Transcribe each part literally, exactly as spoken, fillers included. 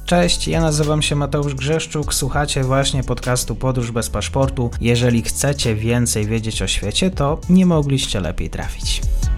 Cześć, ja nazywam się Mateusz Grzeszczuk, słuchacie właśnie podcastu Podróż bez paszportu. Jeżeli chcecie więcej wiedzieć o świecie, to nie mogliście lepiej trafić.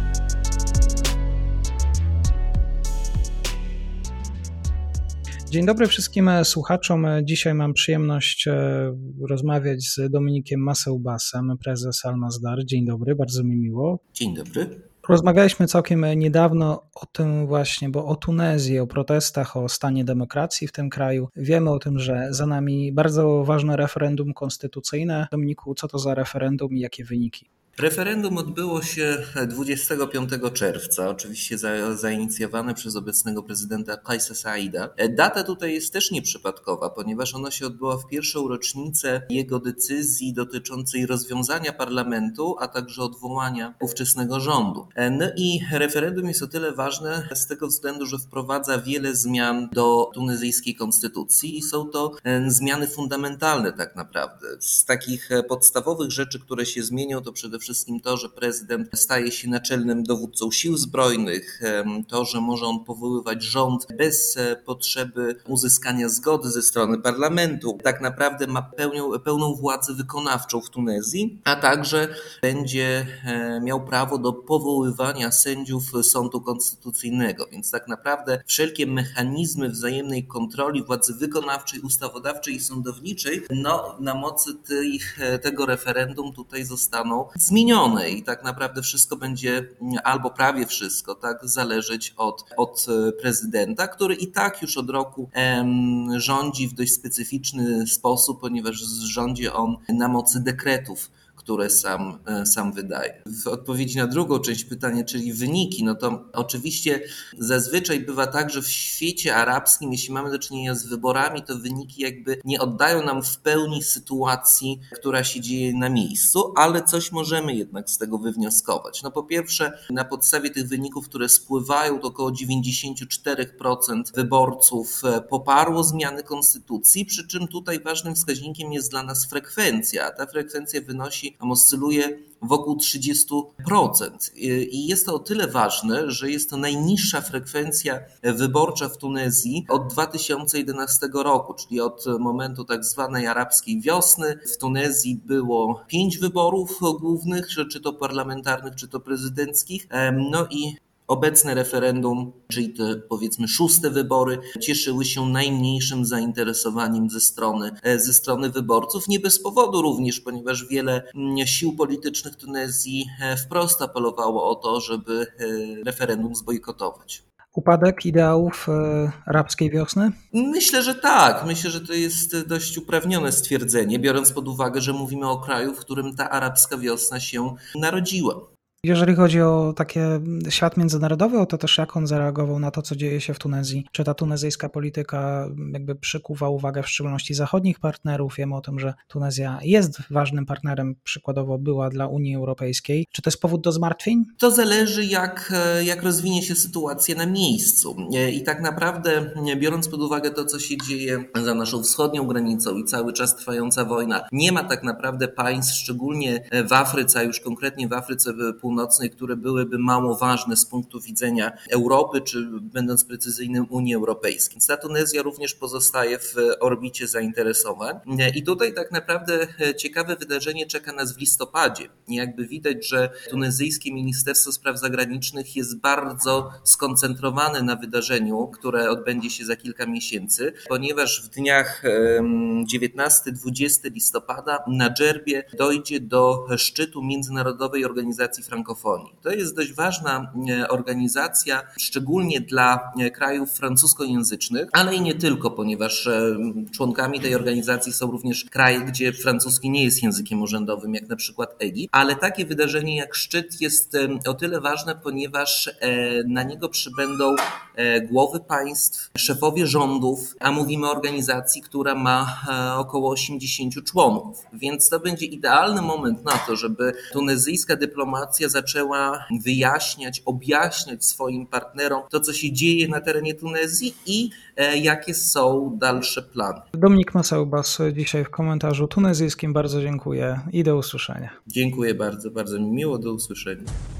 Dzień dobry wszystkim słuchaczom. Dzisiaj mam przyjemność rozmawiać z Dominikiem Masełbasem, prezes Al-Masdar. Dzień dobry, bardzo mi miło. Dzień dobry. Rozmawialiśmy całkiem niedawno o tym właśnie, bo o Tunezji, o protestach, o stanie demokracji w tym kraju. Wiemy o tym, że za nami bardzo ważne referendum konstytucyjne. Dominiku, co to za referendum i jakie wyniki? Referendum odbyło się dwudziestego piątego czerwca, oczywiście za, zainicjowane przez obecnego prezydenta Kajsa Saida. Data tutaj jest też nieprzypadkowa, ponieważ ona się odbyła w pierwszą rocznicę jego decyzji dotyczącej rozwiązania parlamentu, a także odwołania ówczesnego rządu. No i referendum jest o tyle ważne z tego względu, że wprowadza wiele zmian do tunezyjskiej konstytucji i są to zmiany fundamentalne tak naprawdę. Z takich podstawowych rzeczy, które się zmienią, to przede wszystkim wszystkim to, że prezydent staje się naczelnym dowódcą sił zbrojnych, to, że może on powoływać rząd bez potrzeby uzyskania zgody ze strony parlamentu. Tak naprawdę ma pełnią, pełną władzę wykonawczą w Tunezji, a także będzie miał prawo do powoływania sędziów sądu konstytucyjnego. Więc tak naprawdę wszelkie mechanizmy wzajemnej kontroli władzy wykonawczej, ustawodawczej i sądowniczej, no na mocy tej, tego referendum tutaj zostaną zmienione. I tak naprawdę wszystko będzie, albo prawie wszystko, tak, zależeć od, od prezydenta, który i tak już od roku em, rządzi w dość specyficzny sposób, ponieważ rządzi on na mocy dekretów, które sam, sam wydaje. W odpowiedzi na drugą część pytania, czyli wyniki, no to oczywiście zazwyczaj bywa tak, że w świecie arabskim, jeśli mamy do czynienia z wyborami, to wyniki jakby nie oddają nam w pełni sytuacji, która się dzieje na miejscu, ale coś możemy jednak z tego wywnioskować. No po pierwsze, na podstawie tych wyników, które spływają, to około dziewięćdziesiąt cztery procent wyborców poparło zmiany konstytucji, przy czym tutaj ważnym wskaźnikiem jest dla nas frekwencja. Ta frekwencja wynosi oscyluje wokół trzydzieści procent. I jest to o tyle ważne, że jest to najniższa frekwencja wyborcza w Tunezji od dwa tysiące jedenastego roku, czyli od momentu tak zwanej arabskiej wiosny. W Tunezji było pięć wyborów głównych, czy to parlamentarnych, czy to prezydenckich. No i obecne referendum, czyli te powiedzmy szóste wybory, cieszyły się najmniejszym zainteresowaniem ze strony, ze strony wyborców. Nie bez powodu również, ponieważ wiele sił politycznych Tunezji wprost apelowało o to, żeby referendum zbojkotować. Upadek ideałów arabskiej wiosny? Myślę, że tak. Myślę, że to jest dość uprawnione stwierdzenie, biorąc pod uwagę, że mówimy o kraju, w którym ta arabska wiosna się narodziła. Jeżeli chodzi o takie świat międzynarodowy, to też jak on zareagował na to, co dzieje się w Tunezji? Czy ta tunezyjska polityka jakby przykuwa uwagę w szczególności zachodnich partnerów? Wiemy o tym, że Tunezja jest ważnym partnerem, przykładowo była dla Unii Europejskiej. Czy to jest powód do zmartwień? To zależy, jak, jak rozwinie się sytuacja na miejscu. I tak naprawdę, biorąc pod uwagę to, co się dzieje za naszą wschodnią granicą i cały czas trwająca wojna, nie ma tak naprawdę państw, szczególnie w Afryce, a już konkretnie w Afryce Północnej, które byłyby mało ważne z punktu widzenia Europy, czy będąc precyzyjnym Unii Europejskiej. Więc ta Tunezja również pozostaje w orbicie zainteresowań. I tutaj tak naprawdę ciekawe wydarzenie czeka nas w listopadzie. I jakby widać, że tunezyjskie Ministerstwo Spraw Zagranicznych jest bardzo skoncentrowane na wydarzeniu, które odbędzie się za kilka miesięcy, ponieważ w dniach dziewiętnastego dwudziestego listopada na Dżerbie dojdzie do szczytu Międzynarodowej Organizacji Frankofonii. To jest dość ważna organizacja, szczególnie dla krajów francuskojęzycznych, ale i nie tylko, ponieważ członkami tej organizacji są również kraje, gdzie francuski nie jest językiem urzędowym, jak na przykład Egipt, ale takie wydarzenie jak szczyt jest o tyle ważne, ponieważ na niego przybędą głowy państw, szefowie rządów, a mówimy o organizacji, która ma około osiemdziesięciu członków, więc to będzie idealny moment na to, żeby tunezyjska dyplomacja zaczęła wyjaśniać, objaśniać swoim partnerom to, co się dzieje na terenie Tunezji i jakie są dalsze plany. Dominik Masełbas dzisiaj w komentarzu tunezyjskim. Bardzo dziękuję i do usłyszenia. Dziękuję bardzo, bardzo mi miło, do usłyszenia.